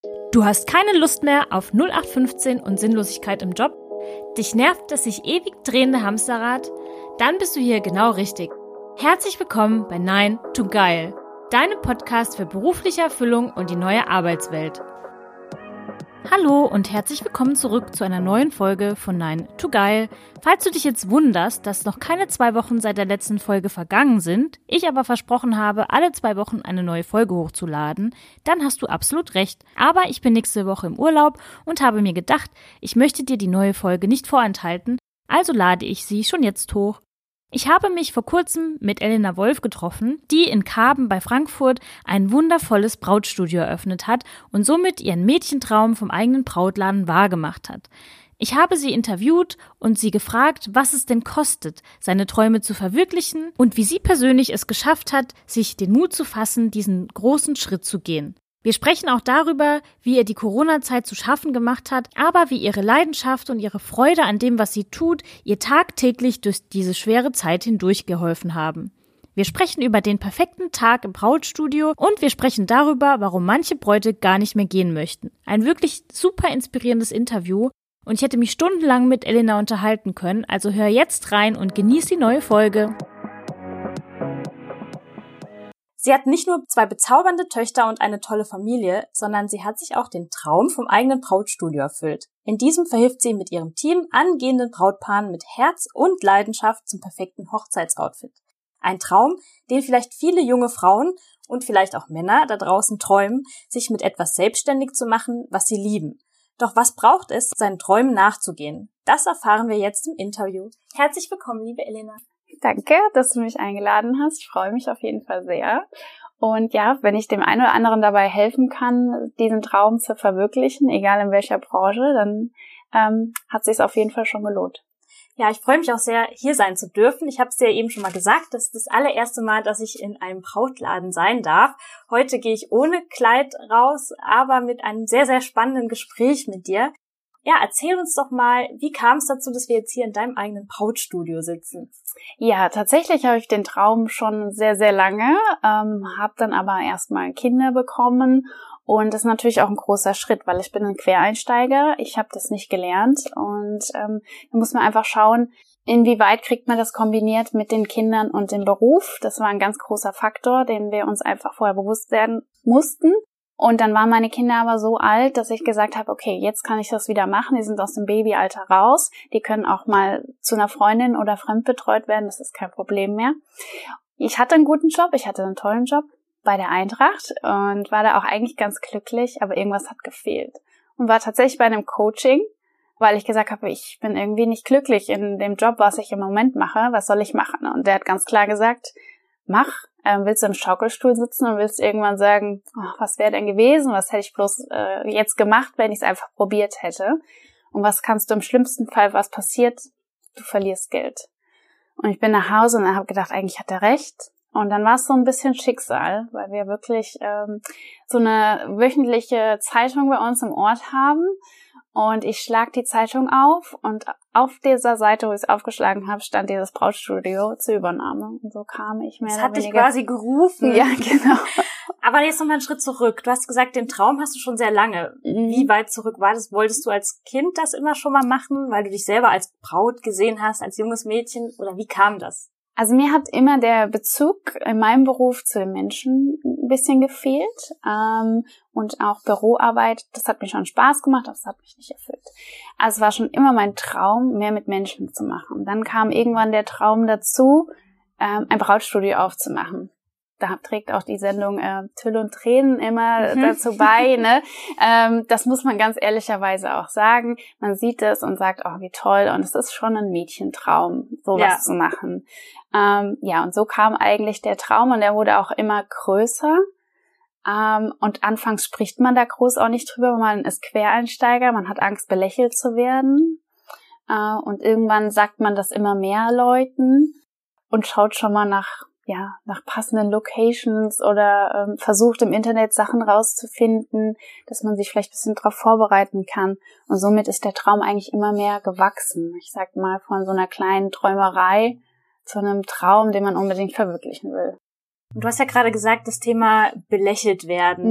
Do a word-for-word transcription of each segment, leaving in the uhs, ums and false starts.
Du hast keine Lust mehr auf null acht fünfzehn und Sinnlosigkeit im Job? Dich nervt das sich ewig drehende Hamsterrad? Dann bist du hier genau richtig. Herzlich willkommen bei Nine to Geil, deinem Podcast für berufliche Erfüllung und die neue Arbeitswelt. Hallo und herzlich willkommen zurück zu einer neuen Folge von Nine to Geil. Falls du dich jetzt wunderst, dass noch keine zwei Wochen seit der letzten Folge vergangen sind, ich aber versprochen habe, alle zwei Wochen eine neue Folge hochzuladen, dann hast du absolut recht. Aber ich bin nächste Woche im Urlaub und habe mir gedacht, ich möchte dir die neue Folge nicht vorenthalten, also lade ich sie schon jetzt hoch. Ich habe mich vor kurzem mit Elena Wolf getroffen, die in Karben bei Frankfurt ein wundervolles Brautstudio eröffnet hat und somit ihren Mädchentraum vom eigenen Brautladen wahrgemacht hat. Ich habe sie interviewt und sie gefragt, was es denn kostet, seine Träume zu verwirklichen und wie sie persönlich es geschafft hat, sich den Mut zu fassen, diesen großen Schritt zu gehen. Wir sprechen auch darüber, wie ihr die Corona-Zeit zu schaffen gemacht hat, aber wie ihre Leidenschaft und ihre Freude an dem, was sie tut, ihr tagtäglich durch diese schwere Zeit hindurch geholfen haben. Wir sprechen über den perfekten Tag im Brautstudio und wir sprechen darüber, warum manche Bräute gar nicht mehr gehen möchten. Ein wirklich super inspirierendes Interview und ich hätte mich stundenlang mit Elena unterhalten können, also hör jetzt rein und genieß die neue Folge. Sie hat nicht nur zwei bezaubernde Töchter und eine tolle Familie, sondern sie hat sich auch den Traum vom eigenen Brautstudio erfüllt. In diesem verhilft sie mit ihrem Team angehenden Brautpaaren mit Herz und Leidenschaft zum perfekten Hochzeitsoutfit. Ein Traum, den vielleicht viele junge Frauen und vielleicht auch Männer da draußen träumen, sich mit etwas selbstständig zu machen, was sie lieben. Doch was braucht es, seinen Träumen nachzugehen? Das erfahren wir jetzt im Interview. Herzlich willkommen, liebe Elena. Danke, dass du mich eingeladen hast. Ich freue mich auf jeden Fall sehr. Und ja, wenn ich dem einen oder anderen dabei helfen kann, diesen Traum zu verwirklichen, egal in welcher Branche, dann ähm, hat es sich auf jeden Fall schon gelohnt. Ja, ich freue mich auch sehr, hier sein zu dürfen. Ich habe es dir eben schon mal gesagt, das ist das allererste Mal, dass ich in einem Brautladen sein darf. Heute gehe ich ohne Kleid raus, aber mit einem sehr, sehr spannenden Gespräch mit dir. Ja, erzähl uns doch mal, wie kam es dazu, dass wir jetzt hier in deinem eigenen Brautstudio sitzen? Ja, tatsächlich habe ich den Traum schon sehr, sehr lange, ähm, habe dann aber erstmal Kinder bekommen und das ist natürlich auch ein großer Schritt, weil ich bin ein Quereinsteiger, ich habe das nicht gelernt und ähm, da muss man einfach schauen, inwieweit kriegt man das kombiniert mit den Kindern und dem Beruf. Das war ein ganz großer Faktor, den wir uns einfach vorher bewusst werden mussten. Und dann waren meine Kinder aber so alt, dass ich gesagt habe, okay, jetzt kann ich das wieder machen. Die sind aus dem Babyalter raus. Die können auch mal zu einer Freundin oder fremdbetreut werden. Das ist kein Problem mehr. Ich hatte einen guten Job. Ich hatte einen tollen Job bei der Eintracht und war da auch eigentlich ganz glücklich. Aber irgendwas hat gefehlt. Und war tatsächlich bei einem Coaching, weil ich gesagt habe, ich bin irgendwie nicht glücklich in dem Job, was ich im Moment mache. Was soll ich machen? Und der hat ganz klar gesagt, mach. Ähm, willst du im Schaukelstuhl sitzen und willst irgendwann sagen, oh, was wäre denn gewesen, was hätte ich bloß äh, jetzt gemacht, wenn ich es einfach probiert hätte? Und was kannst du im schlimmsten Fall, was passiert? Du verlierst Geld. Und ich bin nach Hause und habe gedacht, eigentlich hat er recht. Und dann war es so ein bisschen Schicksal, weil wir wirklich ähm, so eine wöchentliche Zeitung bei uns im Ort haben. Und ich schlag die Zeitung auf und auf dieser Seite, wo ich es aufgeschlagen habe, stand dieses Brautstudio zur Übernahme. Und so kam ich mehr Das oder hat dich weniger quasi gerufen. Ja, genau. Aber jetzt noch mal einen Schritt zurück. Du hast gesagt, den Traum hast du schon sehr lange. Mhm. Wie weit zurück war das? Wolltest du als Kind das immer schon mal machen, weil du dich selber als Braut gesehen hast, als junges Mädchen? Oder wie kam das? Also mir hat immer der Bezug in meinem Beruf zu den Menschen ein bisschen gefehlt ähm, und auch Büroarbeit, das hat mir schon Spaß gemacht, aber das hat mich nicht erfüllt. Also es war schon immer mein Traum, mehr mit Menschen zu machen. Dann kam irgendwann der Traum dazu, ähm, ein Brautstudio aufzumachen. Da trägt auch die Sendung äh, Tüll und Tränen immer mhm. dazu bei. Ne? Ähm, das muss man ganz ehrlicherweise auch sagen. Man sieht es und sagt, oh, wie toll. Und es ist schon ein Mädchentraum, sowas ja. zu machen. Ähm, ja, und so kam eigentlich der Traum und der wurde auch immer größer. Ähm, und anfangs spricht man da groß auch nicht drüber. Man ist Quereinsteiger, man hat Angst, belächelt zu werden. Äh, und irgendwann sagt man das immer mehr Leuten und schaut schon mal nach ja, nach passenden Locations oder ähm, versucht im Internet Sachen rauszufinden, dass man sich vielleicht ein bisschen darauf vorbereiten kann. Und somit ist der Traum eigentlich immer mehr gewachsen. Ich sag mal, von so einer kleinen Träumerei zu einem Traum, den man unbedingt verwirklichen will. Und du hast ja gerade gesagt, das Thema belächelt werden. Mhm.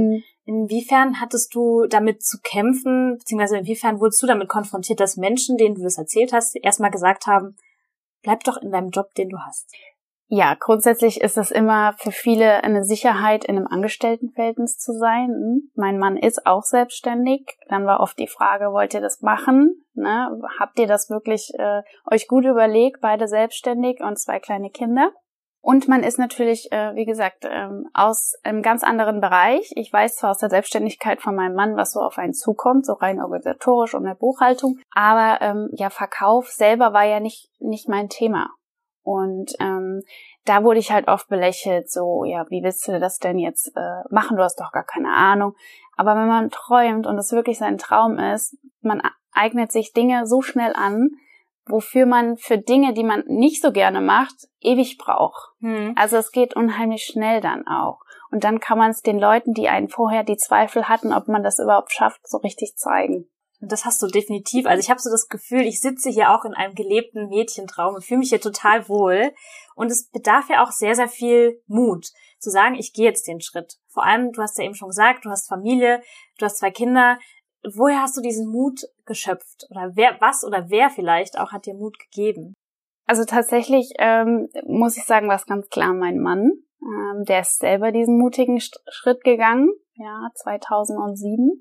Inwiefern hattest du damit zu kämpfen, beziehungsweise inwiefern wurdest du damit konfrontiert, dass Menschen, denen du das erzählt hast, erstmal gesagt haben, bleib doch in deinem Job, den du hast? Ja, grundsätzlich ist es immer für viele eine Sicherheit, in einem Angestelltenverhältnis zu sein. Mein Mann ist auch selbstständig. Dann war oft die Frage, wollt ihr das machen? Ne? Habt ihr das wirklich äh, euch gut überlegt, beide selbstständig und zwei kleine Kinder? Und man ist natürlich, äh, wie gesagt, ähm, aus einem ganz anderen Bereich. Ich weiß zwar aus der Selbstständigkeit von meinem Mann, was so auf einen zukommt, so rein organisatorisch und der Buchhaltung, aber ähm, ja, Verkauf selber war ja nicht nicht mein Thema. Und ähm, da wurde ich halt oft belächelt, so, ja, wie willst du das denn jetzt äh, machen? Du hast doch gar keine Ahnung. Aber wenn man träumt und es wirklich sein Traum ist, man eignet sich Dinge so schnell an, wofür man für Dinge, die man nicht so gerne macht, ewig braucht. Hm. Also es geht unheimlich schnell dann auch. Und dann kann man es den Leuten, die einen vorher die Zweifel hatten, ob man das überhaupt schafft, so richtig zeigen. Und das hast du definitiv. Also ich habe so das Gefühl, ich sitze hier auch in einem gelebten Mädchentraum und fühle mich hier total wohl. Und es bedarf ja auch sehr, sehr viel Mut, zu sagen, ich gehe jetzt den Schritt. Vor allem, du hast ja eben schon gesagt, du hast Familie, du hast zwei Kinder. Woher hast du diesen Mut geschöpft? Oder wer, was oder wer vielleicht auch hat dir Mut gegeben? Also tatsächlich ähm, muss ich sagen, war es ganz klar mein Mann. Ähm, der ist selber diesen mutigen St- Schritt gegangen. Ja, zweitausendsieben.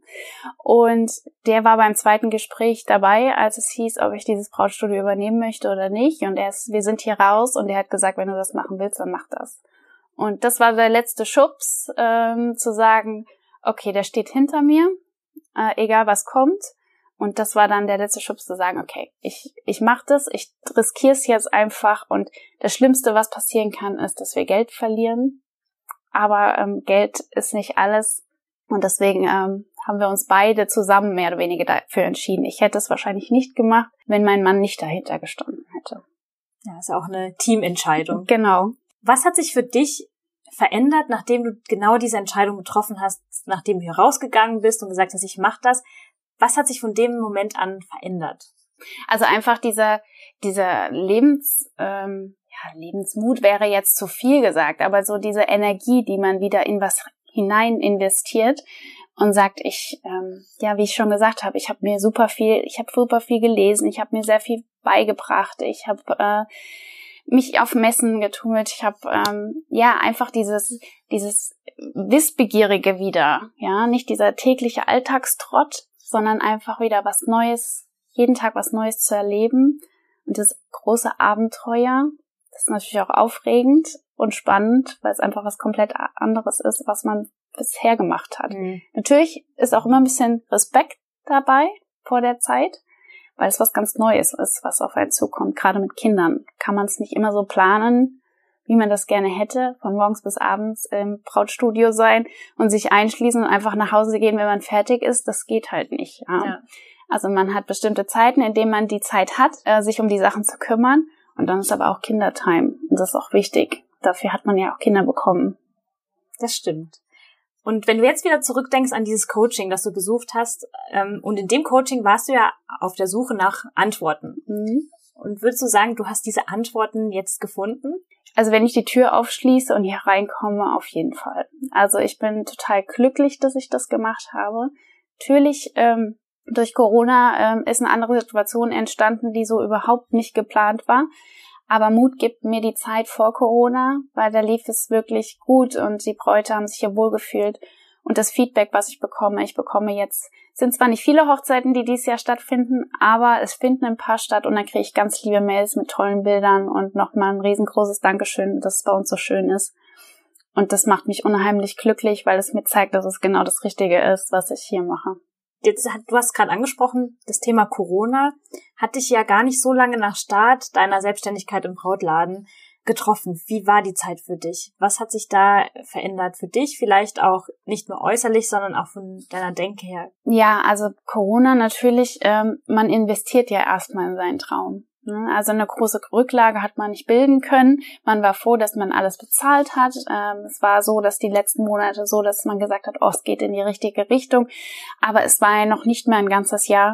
Und der war beim zweiten Gespräch dabei, als es hieß, ob ich dieses Brautstudio übernehmen möchte oder nicht. Und er ist, wir sind hier raus und er hat gesagt, wenn du das machen willst, dann mach das. Und das war der letzte Schubs, ähm, zu sagen, okay, der steht hinter mir, äh, egal was kommt. Und das war dann der letzte Schubs zu sagen, okay, ich ich mach das, ich riskiere es jetzt einfach. Und das Schlimmste, was passieren kann, ist, dass wir Geld verlieren. Aber ähm, Geld ist nicht alles. Und deswegen ähm, haben wir uns beide zusammen mehr oder weniger dafür entschieden. Ich hätte es wahrscheinlich nicht gemacht, wenn mein Mann nicht dahinter gestanden hätte. Ja, ist auch eine Teamentscheidung. Genau. Was hat sich für dich verändert, nachdem du genau diese Entscheidung getroffen hast, nachdem du hier rausgegangen bist und gesagt hast, ich mache das? Was hat sich von dem Moment an verändert? Also einfach dieser dieser Lebens ähm, ja, Lebensmut wäre jetzt zu viel gesagt, aber so diese Energie, die man wieder in was hinein investiert und sagt, ich, ähm, ja, wie ich schon gesagt habe, ich habe mir super viel, ich habe super viel gelesen, ich habe mir sehr viel beigebracht, ich habe äh, mich auf Messen getummelt, ich habe ähm, ja einfach dieses dieses Wissbegierige wieder, ja, nicht dieser tägliche Alltagstrott, sondern einfach wieder was Neues, jeden Tag was Neues zu erleben und das große Abenteuer, das ist natürlich auch aufregend und spannend, weil es einfach was komplett anderes ist, was man bisher gemacht hat. Mhm. Natürlich ist auch immer ein bisschen Respekt dabei vor der Zeit, weil es was ganz Neues ist, was auf einen zukommt. Gerade mit Kindern kann man es nicht immer so planen, wie man das gerne hätte, von morgens bis abends im Brautstudio sein und sich einschließen und einfach nach Hause gehen, wenn man fertig ist. Das geht halt nicht. Ja. Ja. Also man hat bestimmte Zeiten, in denen man die Zeit hat, sich um die Sachen zu kümmern. Und dann ist aber auch Kindertime. Und das ist auch wichtig. Dafür hat man ja auch Kinder bekommen. Das stimmt. Und wenn du jetzt wieder zurückdenkst an dieses Coaching, das du besucht hast, ähm, und in dem Coaching warst du ja auf der Suche nach Antworten. Mhm. Und würdest du sagen, du hast diese Antworten jetzt gefunden? Also wenn ich die Tür aufschließe und hier reinkomme, auf jeden Fall. Also ich bin total glücklich, dass ich das gemacht habe. Natürlich, ähm, durch Corona ähm, ist eine andere Situation entstanden, die so überhaupt nicht geplant war. Aber Mut gibt mir die Zeit vor Corona, weil da lief es wirklich gut und die Bräute haben sich hier wohlgefühlt. Und das Feedback, was ich bekomme, ich bekomme jetzt, sind zwar nicht viele Hochzeiten, die dieses Jahr stattfinden, aber es finden ein paar statt und dann kriege ich ganz liebe Mails mit tollen Bildern und nochmal ein riesengroßes Dankeschön, dass es bei uns so schön ist. Und das macht mich unheimlich glücklich, weil es mir zeigt, dass es genau das Richtige ist, was ich hier mache. Jetzt, du hast gerade angesprochen, das Thema Corona hat dich ja gar nicht so lange nach Start deiner Selbstständigkeit im Brautladen getroffen. Wie war die Zeit für dich? Was hat sich da verändert für dich? Vielleicht auch nicht nur äußerlich, sondern auch von deiner Denke her. Ja, also Corona natürlich, ähm, man investiert ja erstmal in seinen Traum. Also eine große Rücklage hat man nicht bilden können. Man war froh, dass man alles bezahlt hat. Ähm, es war so, dass die letzten Monate so, dass man gesagt hat, oh, es geht in die richtige Richtung. Aber es war ja noch nicht mehr ein ganzes Jahr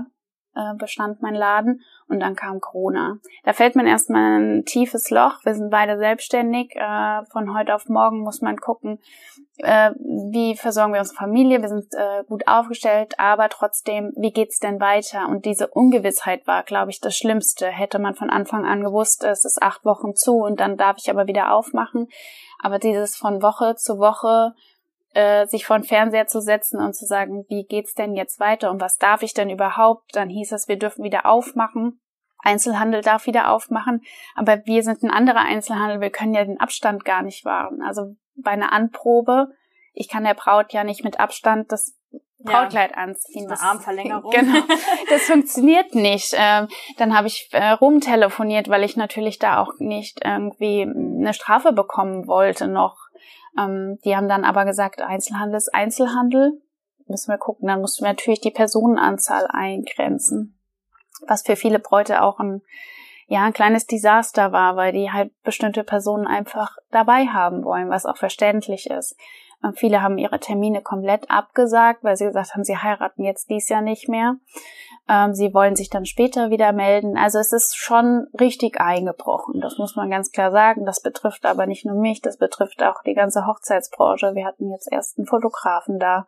äh, bestand mein Laden und dann kam Corona. Da fällt man erstmal ein tiefes Loch. Wir sind beide selbstständig. Äh, von heute auf morgen muss man gucken, äh, wie versorgen wir unsere Familie. Wir sind äh, gut aufgestellt, aber trotzdem, wie geht's denn weiter? Und diese Ungewissheit war, glaube ich, das Schlimmste. Hätte man von Anfang an gewusst, es ist acht Wochen zu und dann darf ich aber wieder aufmachen. Aber dieses von Woche zu Woche Äh, sich vor den Fernseher zu setzen und zu sagen, wie geht's denn jetzt weiter und was darf ich denn überhaupt? Dann hieß es, wir dürfen wieder aufmachen. Einzelhandel darf wieder aufmachen, aber wir sind ein anderer Einzelhandel, wir können ja den Abstand gar nicht wahren. Also bei einer Anprobe, ich kann der Braut ja nicht mit Abstand das Brautkleid ja, anziehen. Das ist eine Armverlängerung. Genau, das funktioniert nicht. Ähm, dann habe ich äh, rumtelefoniert, weil ich natürlich da auch nicht irgendwie eine Strafe bekommen wollte noch. Ähm, die haben dann aber gesagt, Einzelhandel ist Einzelhandel. Müssen wir gucken, dann mussten wir natürlich die Personenanzahl eingrenzen. Was für viele Bräute auch ein, ja, ein kleines Desaster war, weil die halt bestimmte Personen einfach dabei haben wollen, was auch verständlich ist. Ähm, viele haben ihre Termine komplett abgesagt, weil sie gesagt haben, sie heiraten jetzt dies Jahr nicht mehr. Ähm, sie wollen sich dann später wieder melden. Also es ist schon richtig eingebrochen. Das muss man ganz klar sagen. Das betrifft aber nicht nur mich, das betrifft auch die ganze Hochzeitsbranche. Wir hatten jetzt erst einen Fotografen da,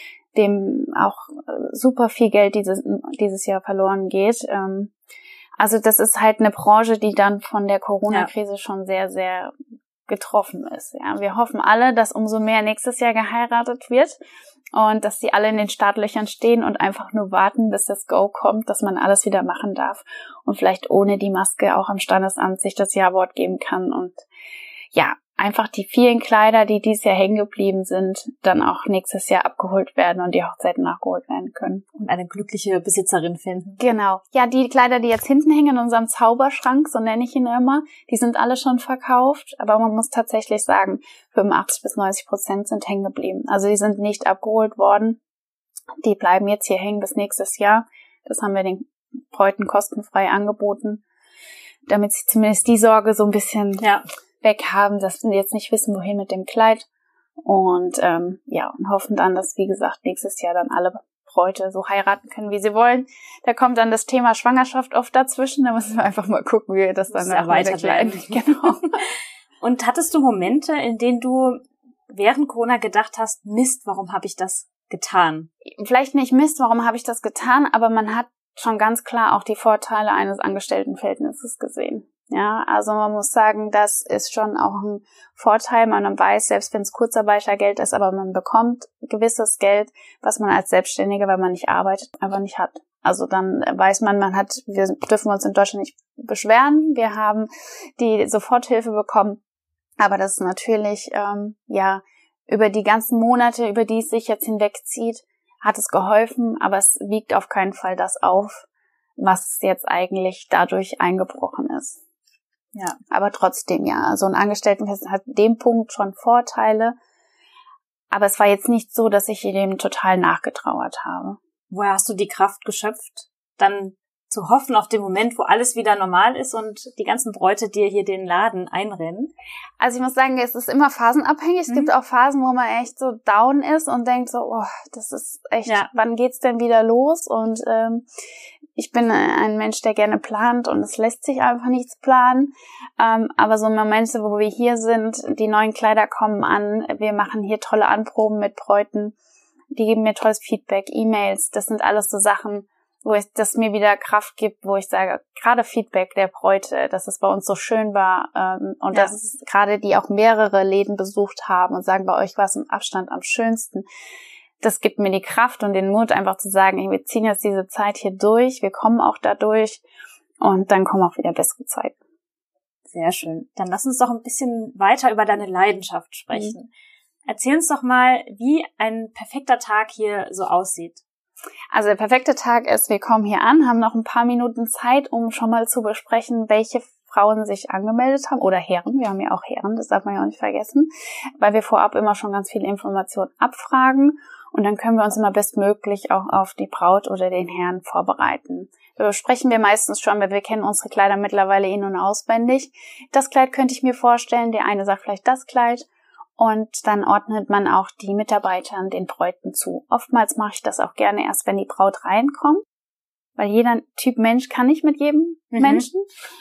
dem auch super viel Geld dieses, dieses Jahr verloren geht. Ähm, also das ist halt eine Branche, die dann von der Corona-Krise ja. schon sehr, sehr getroffen ist. Ja, wir hoffen alle, dass umso mehr nächstes Jahr geheiratet wird und dass die alle in den Startlöchern stehen und einfach nur warten, bis das Go kommt, dass man alles wieder machen darf und vielleicht ohne die Maske auch am Standesamt sich das Ja-Wort geben kann und ja, einfach die vielen Kleider, die dieses Jahr hängen geblieben sind, dann auch nächstes Jahr abgeholt werden und die Hochzeiten nachgeholt werden können. Und eine glückliche Besitzerin finden. Genau. Ja, die Kleider, die jetzt hinten hängen in unserem Zauberschrank, so nenne ich ihn immer, die sind alle schon verkauft. Aber man muss tatsächlich sagen, fünfundachtzig bis neunzig Prozent sind hängen geblieben. Also die sind nicht abgeholt worden. Die bleiben jetzt hier hängen bis nächstes Jahr. Das haben wir den Bräuten kostenfrei angeboten, damit sie zumindest die Sorge so ein bisschen... ja. weg haben, dass wir jetzt nicht wissen, wohin mit dem Kleid und ähm, ja, und hoffen dann, dass, wie gesagt, nächstes Jahr dann alle Bräute so heiraten können, wie sie wollen. Da kommt dann das Thema Schwangerschaft oft dazwischen, da müssen wir einfach mal gucken, wie wir das dann weiterkleiden. Genau. Und hattest du Momente, in denen du während Corona gedacht hast, Mist, warum habe ich das getan? Vielleicht nicht Mist, warum habe ich das getan, aber man hat schon ganz klar auch die Vorteile eines Angestelltenverhältnisses gesehen. Ja, also man muss sagen, das ist schon auch ein Vorteil. Man weiß, selbst wenn es Kurzarbeitergeld ist, aber man bekommt gewisses Geld, was man als Selbstständiger, wenn man nicht arbeitet, einfach nicht hat. Also dann weiß man, man hat, wir dürfen uns in Deutschland nicht beschweren. Wir haben die Soforthilfe bekommen. Aber das ist natürlich, ähm, ja, über die ganzen Monate, über die es sich jetzt hinwegzieht, hat es geholfen. Aber es wiegt auf keinen Fall das auf, was jetzt eigentlich dadurch eingebrochen ist. Ja, aber trotzdem, ja, so ein Angestelltenverhältnis hat dem Punkt schon Vorteile. Aber es war jetzt nicht so, dass ich dem total nachgetrauert habe. Woher hast du die Kraft geschöpft, dann zu hoffen auf den Moment, wo alles wieder normal ist und die ganzen Bräute dir hier den Laden einrennen? Also ich muss sagen, es ist immer phasenabhängig. Es mhm. gibt auch Phasen, wo man echt so down ist und denkt so, oh, das ist echt, ja. wann geht's denn wieder los? Und ähm, ich bin ein Mensch, der gerne plant und es lässt sich einfach nichts planen. Ähm, aber so Momente, wo wir hier sind, die neuen Kleider kommen an, wir machen hier tolle Anproben mit Bräuten, die geben mir tolles Feedback, E-Mails, das sind alles so Sachen, wo ich, das mir wieder Kraft gibt, wo ich sage, gerade Feedback der Bräute, dass es bei uns so schön war ähm, und ja. dass es gerade die auch mehrere Läden besucht haben und sagen, bei euch war es im Abstand am schönsten. Das gibt mir die Kraft und den Mut, einfach zu sagen, wir ziehen jetzt diese Zeit hier durch, wir kommen auch da durch und dann kommen auch wieder bessere Zeiten. Sehr schön. Dann lass uns doch ein bisschen weiter über deine Leidenschaft sprechen. Mhm. Erzähl uns doch mal, wie ein perfekter Tag hier so aussieht. Also der perfekte Tag ist, wir kommen hier an, haben noch ein paar Minuten Zeit, um schon mal zu besprechen, welche Frauen sich angemeldet haben oder Herren, wir haben ja auch Herren, das darf man ja auch nicht vergessen, weil wir vorab immer schon ganz viele Informationen abfragen und dann können wir uns immer bestmöglich auch auf die Braut oder den Herrn vorbereiten. Da besprechen wir meistens schon, weil wir kennen unsere Kleider mittlerweile in- und auswendig. Das Kleid könnte ich mir vorstellen, der eine sagt vielleicht das Kleid. Und dann ordnet man auch die Mitarbeitern den Bräuten zu. Oftmals mache ich das auch gerne erst, wenn die Braut reinkommt. weil jeder Typ Mensch kann nicht mit jedem mhm. Menschen.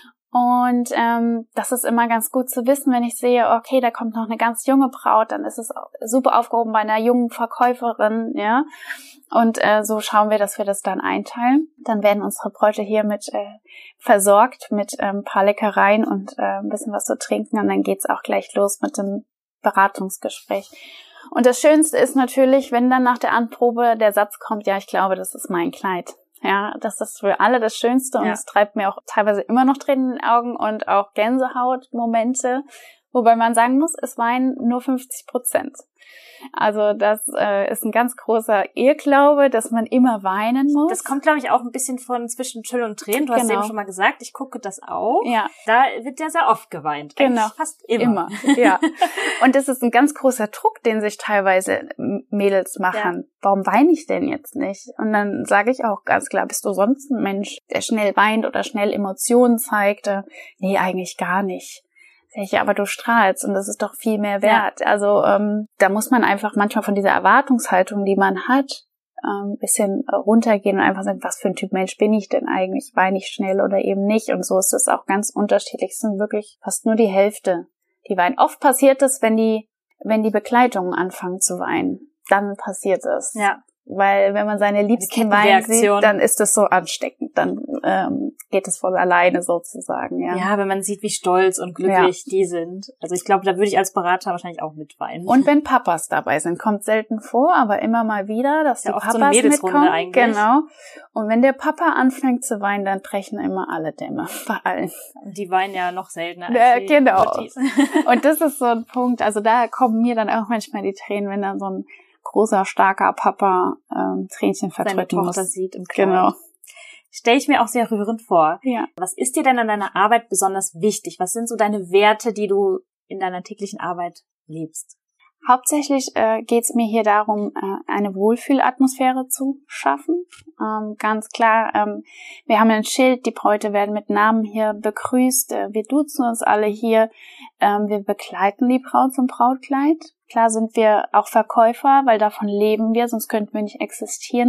Und ähm, das ist immer ganz gut zu wissen, wenn ich sehe, okay, da kommt noch eine ganz junge Braut, dann ist es super aufgehoben bei einer jungen Verkäuferin, ja. Und äh, so schauen wir, dass wir das dann einteilen. Dann werden unsere Bräute hier mit äh, versorgt mit äh, ein paar Leckereien und äh, ein bisschen was zu trinken. Und dann geht's auch gleich los mit dem Beratungsgespräch. Und das Schönste ist natürlich, wenn dann nach der Anprobe der Satz kommt, ja, ich glaube, das ist mein Kleid. Ja, das ist für alle das Schönste und es ja. treibt mir auch teilweise immer noch Tränen in den Augen und auch Gänsehautmomente, wobei man sagen muss, es weinen nur fünfzig Prozent. Also das äh, ist ein ganz großer Irrglaube, dass man immer weinen muss. Das kommt, glaube ich, auch ein bisschen von zwischen Tüll und Tränen. Du hast genau. eben schon mal gesagt, ich gucke das auch. Ja. Da wird ja sehr oft geweint. Eigentlich genau. fast immer. Immer, ja. Und das ist ein ganz großer Druck, den sich teilweise Mädels machen. Ja. Warum weine ich denn jetzt nicht? Und dann sage ich auch ganz klar, bist du sonst ein Mensch, der schnell weint oder schnell Emotionen zeigt? Nee, eigentlich gar nicht. Ja, aber du strahlst und das ist doch viel mehr wert. Ja. Also ähm, da muss man einfach manchmal von dieser Erwartungshaltung, die man hat, ein ähm, bisschen runtergehen und einfach sagen, was für ein Typ Mensch bin ich denn eigentlich? Weine ich schnell oder eben nicht? Und so ist es auch ganz unterschiedlich. Es sind wirklich fast nur die Hälfte, die weinen. Oft passiert es, wenn die wenn die Begleitungen anfangen zu weinen. Dann passiert es. Ja. Weil wenn man seine Liebsten weinen sieht, dann ist es so ansteckend. Dann ähm, geht es von alleine sozusagen. Ja, ja, wenn man sieht, wie stolz und glücklich ja. die sind. Also ich glaube, da würde ich als Berater wahrscheinlich auch mitweinen. Und wenn Papas dabei sind, kommt selten vor, aber immer mal wieder, dass ja, die oft Papas so eine Mädelsrunde mitkommen. Eigentlich. Genau. Und wenn der Papa anfängt zu weinen, dann brechen immer alle Dämme bei allen. Und die weinen ja noch seltener als ja, die genau. Muttis. Und das ist so ein Punkt, also da kommen mir dann auch manchmal die Tränen, wenn dann so ein großer, starker Papa ähm, Tränchen verdrücken muss. Seine Tochter sieht im Kleid. Genau. Stelle ich mir auch sehr rührend vor. Ja. Was ist dir denn an deiner Arbeit besonders wichtig? Was sind so deine Werte, die du in deiner täglichen Arbeit lebst? Hauptsächlich äh, geht es mir hier darum, äh, eine Wohlfühlatmosphäre zu schaffen. Ähm, ganz klar, ähm, wir haben ein Schild, die Bräute werden mit Namen hier begrüßt. Äh, wir duzen uns alle hier. Ähm, wir begleiten die Braut zum Brautkleid. Klar sind wir auch Verkäufer, weil davon leben wir, sonst könnten wir nicht existieren.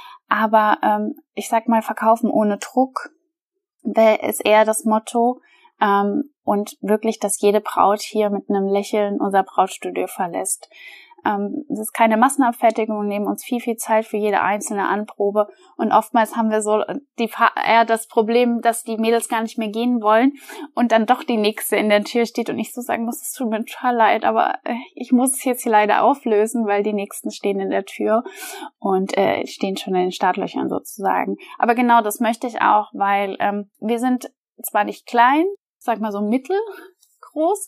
Aber ähm, ich sag mal, verkaufen ohne Druck ist eher das Motto. Ähm, und wirklich, dass jede Braut hier mit einem Lächeln unser Brautstudio verlässt. Ähm, es ist keine Massenabfertigung, wir nehmen uns viel, viel Zeit für jede einzelne Anprobe. Und oftmals haben wir so die, eher das Problem, dass die Mädels gar nicht mehr gehen wollen und dann doch die nächste in der Tür steht und ich so sagen muss, es tut mir total leid, aber äh, ich muss es jetzt hier leider auflösen, weil die nächsten stehen in der Tür und äh, stehen schon in den Startlöchern sozusagen. Aber genau das möchte ich auch, weil ähm, wir sind zwar nicht klein, sag mal so mittelgroß,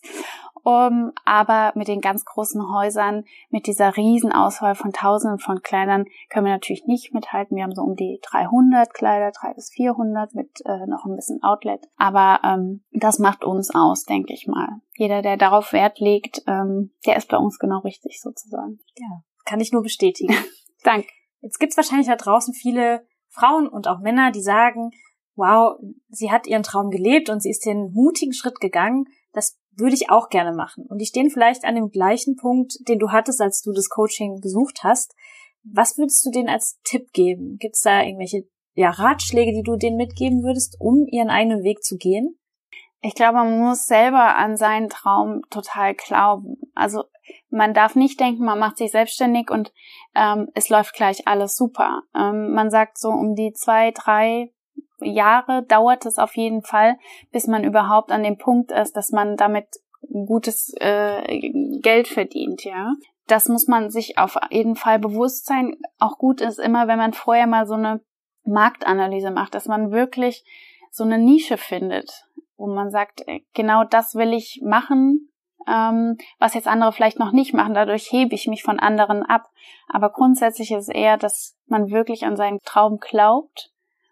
um, aber mit den ganz großen Häusern, mit dieser riesen Auswahl von Tausenden von Kleidern können wir natürlich nicht mithalten. Wir haben so um die dreihundert Kleider, dreihundert bis vierhundert mit äh, noch ein bisschen Outlet. Aber ähm, das macht uns aus, denke ich mal. Jeder, der darauf Wert legt, ähm, der ist bei uns genau richtig sozusagen. Ja, kann ich nur bestätigen. Danke. Jetzt gibt's wahrscheinlich da draußen viele Frauen und auch Männer, die sagen, wow, sie hat ihren Traum gelebt und sie ist den mutigen Schritt gegangen, das würde ich auch gerne machen. Und die stehen vielleicht an dem gleichen Punkt, den du hattest, als du das Coaching besucht hast. Was würdest du denen als Tipp geben? Gibt es da irgendwelche ja, Ratschläge, die du denen mitgeben würdest, um ihren eigenen Weg zu gehen? Ich glaube, man muss selber an seinen Traum total glauben. Also man darf nicht denken, man macht sich selbstständig und ähm, es läuft gleich alles super. Ähm, man sagt so um die zwei, drei Jahre dauert es auf jeden Fall, bis man überhaupt an dem Punkt ist, dass man damit gutes äh, Geld verdient, ja. Das muss man sich auf jeden Fall bewusst sein. Auch gut ist immer, wenn man vorher mal so eine Marktanalyse macht, dass man wirklich so eine Nische findet, wo man sagt, genau das will ich machen, ähm, was jetzt andere vielleicht noch nicht machen. Dadurch hebe ich mich von anderen ab. Aber grundsätzlich ist es eher, dass man wirklich an seinen Traum glaubt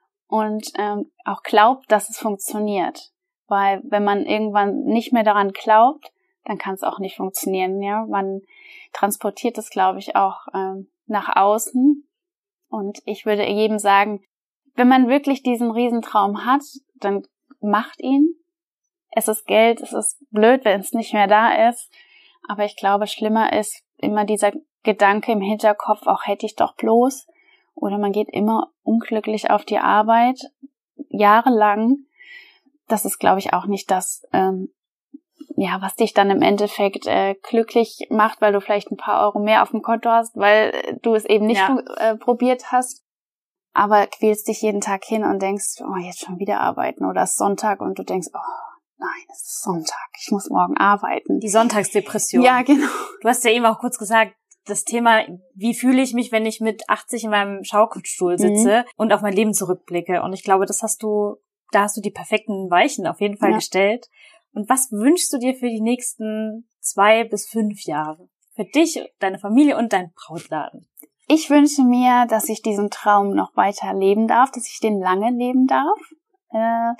und ähm, auch glaubt, dass es funktioniert. Weil wenn man irgendwann nicht mehr daran glaubt, dann kann es auch nicht funktionieren. Ja, man transportiert es, glaube ich, auch ähm, nach außen. Und ich würde jedem sagen, wenn man wirklich diesen Riesentraum hat, dann macht ihn. Es ist Geld, es ist blöd, wenn es nicht mehr da ist. Aber ich glaube, schlimmer ist immer dieser Gedanke im Hinterkopf, auch hätte ich doch bloß. oder man geht immer unglücklich auf die Arbeit, jahrelang. Das ist, glaube ich, auch nicht das, ähm, ja, was dich dann im Endeffekt äh, glücklich macht, weil du vielleicht ein paar Euro mehr auf dem Konto hast, weil du es eben nicht ja. äh, probiert hast. Aber quälst dich jeden Tag hin und denkst, oh, jetzt schon wieder arbeiten, oder es ist Sonntag und du denkst, oh, nein, es ist Sonntag, ich muss morgen arbeiten. Die Sonntagsdepression. Ja, genau. Du hast ja eben auch kurz gesagt, das Thema, wie fühle ich mich, wenn ich mit achtzig in meinem Schaukelstuhl sitze mhm. und auf mein Leben zurückblicke. Und ich glaube, das hast du, da hast du die perfekten Weichen auf jeden Fall ja. gestellt. Und was wünschst du dir für die nächsten zwei bis fünf Jahre? Für dich, deine Familie und deinen Brautladen? Ich wünsche mir, dass ich diesen Traum noch weiter leben darf, dass ich den lange leben darf. Äh,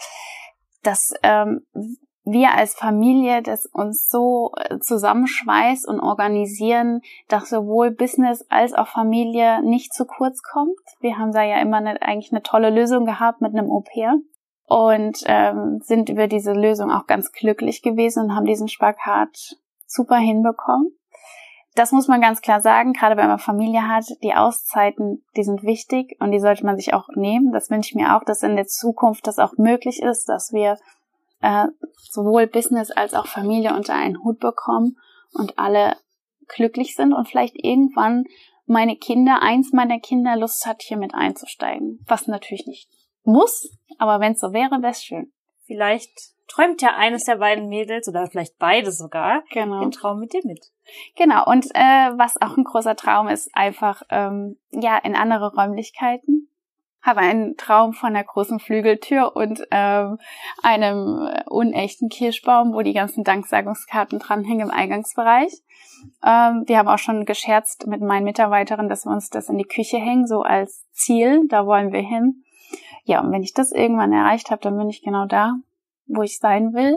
dass ähm, wir als Familie das uns so zusammenschweißt und organisieren, dass sowohl Business als auch Familie nicht zu kurz kommt. Wir haben da ja immer eine, eigentlich eine tolle Lösung gehabt mit einem Au-pair und ähm, sind über diese Lösung auch ganz glücklich gewesen und haben diesen Spagat super hinbekommen. Das muss man ganz klar sagen, gerade wenn man Familie hat, die Auszeiten, die sind wichtig und die sollte man sich auch nehmen. Das wünsche ich mir auch, dass in der Zukunft das auch möglich ist, dass wir äh, sowohl Business als auch Familie unter einen Hut bekommen und alle glücklich sind und vielleicht irgendwann meine Kinder, eins meiner Kinder Lust hat, hier mit einzusteigen. Was natürlich nicht muss, aber wenn es so wäre, wäre es schön. Vielleicht träumt ja eines der beiden Mädels oder vielleicht beide sogar genau. den Traum mit dir mit. Genau, und äh, was auch ein großer Traum ist, einfach ähm, ja in andere Räumlichkeiten. Habe einen Traum von einer großen Flügeltür und ähm, einem unechten Kirschbaum, wo die ganzen Danksagungskarten dranhängen im Eingangsbereich. Ähm, wir haben auch schon gescherzt mit meinen Mitarbeiterinnen, dass wir uns das in die Küche hängen, so als Ziel, da wollen wir hin. Ja, und wenn ich das irgendwann erreicht habe, dann bin ich genau da, wo ich sein will.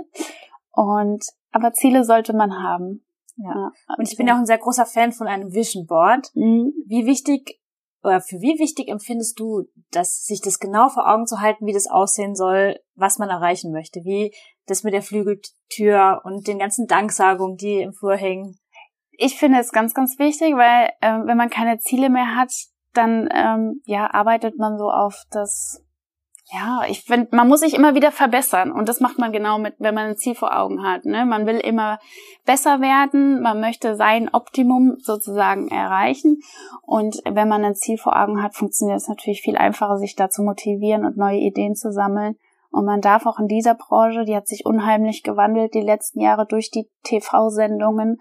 Und aber Ziele sollte man haben. Ja. ja und ich bin ja auch ein sehr großer Fan von einem Vision Board. Mhm. Wie wichtig oder für wie wichtig empfindest du, dass sich das genau vor Augen zu halten, wie das aussehen soll, was man erreichen möchte, wie das mit der Flügeltür und den ganzen Danksagungen, die im Flur hängen? Ich finde es ganz, ganz wichtig, weil äh, wenn man keine Ziele mehr hat, dann ähm, ja arbeitet man so auf das. Ja, ich finde, man muss sich immer wieder verbessern und das macht man genau mit, wenn man ein Ziel vor Augen hat. Ne? Man will immer besser werden, man möchte sein Optimum sozusagen erreichen und wenn man ein Ziel vor Augen hat, funktioniert es natürlich viel einfacher, sich da zu motivieren und neue Ideen zu sammeln. Und man darf auch in dieser Branche, die hat sich unheimlich gewandelt die letzten Jahre durch die T V-Sendungen,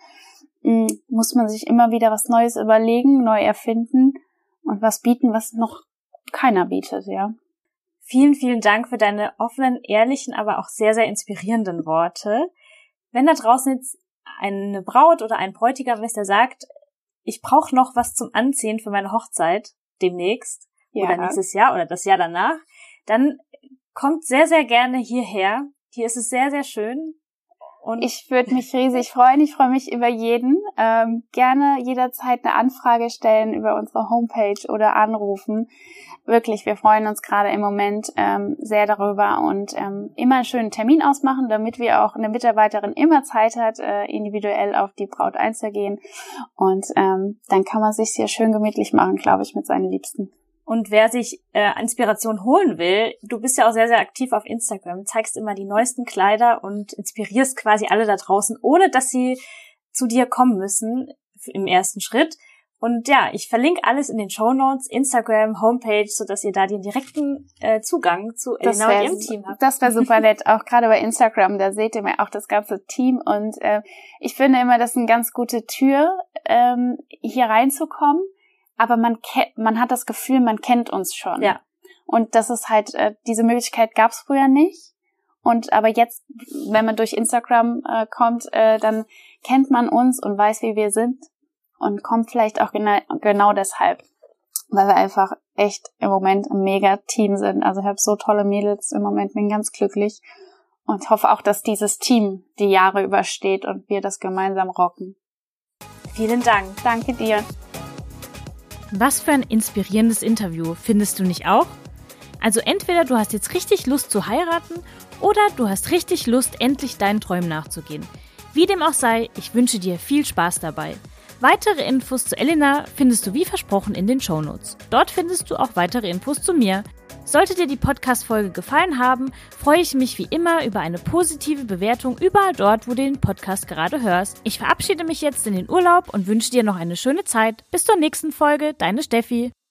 muss man sich immer wieder was Neues überlegen, neu erfinden und was bieten, was noch keiner bietet, ja. Vielen, vielen Dank für deine offenen, ehrlichen, aber auch sehr, sehr inspirierenden Worte. Wenn da draußen jetzt eine Braut oder ein Bräutigam ist, der sagt, ich brauche noch was zum Anziehen für meine Hochzeit demnächst ja. oder nächstes Jahr oder das Jahr danach, dann kommt sehr, sehr gerne hierher. Hier ist es sehr, sehr schön. Und ich würde mich riesig freuen. Ich freue mich über jeden. Ähm, gerne jederzeit eine Anfrage stellen über unsere Homepage oder anrufen. Wirklich, wir freuen uns gerade im Moment ähm, sehr darüber und ähm, immer einen schönen Termin ausmachen, damit wir auch eine Mitarbeiterin immer Zeit hat, äh, individuell auf die Braut einzugehen. Und ähm, dann kann man sich sehr schön gemütlich machen, glaube ich, mit seinen Liebsten. Und wer sich äh, Inspiration holen will, du bist ja auch sehr, sehr aktiv auf Instagram, zeigst immer die neuesten Kleider und inspirierst quasi alle da draußen, ohne dass sie zu dir kommen müssen im ersten Schritt. Und ja, ich verlinke alles in den Shownotes, Instagram, Homepage, sodass ihr da den direkten äh, Zugang zu Elena und ihrem Team habt. Das wäre super nett, auch gerade bei Instagram, da seht ihr mir auch das ganze Team. Und äh, ich finde immer, das ist eine ganz gute Tür, ähm, hier reinzukommen. Aber man kennt, man hat das Gefühl, man kennt uns schon. Ja. Und das ist halt, äh, diese Möglichkeit gab es früher nicht. Und aber jetzt, wenn man durch Instagram äh, kommt, äh, dann kennt man uns und weiß, wie wir sind. Und kommt vielleicht auch genau, genau deshalb, weil wir einfach echt im Moment ein mega Team sind. Also ich habe so tolle Mädels im Moment, bin ganz glücklich und hoffe auch, dass dieses Team die Jahre übersteht und wir das gemeinsam rocken. Vielen Dank. Danke dir. Was für ein inspirierendes Interview, findest du nicht auch? Also entweder du hast jetzt richtig Lust zu heiraten oder du hast richtig Lust, endlich deinen Träumen nachzugehen. Wie dem auch sei, ich wünsche dir viel Spaß dabei. Weitere Infos zu Elena findest du wie versprochen in den Shownotes. Dort findest du auch weitere Infos zu mir. Sollte dir die Podcast-Folge gefallen haben, freue ich mich wie immer über eine positive Bewertung überall dort, wo du den Podcast gerade hörst. Ich verabschiede mich jetzt in den Urlaub und wünsche dir noch eine schöne Zeit. Bis zur nächsten Folge, deine Steffi.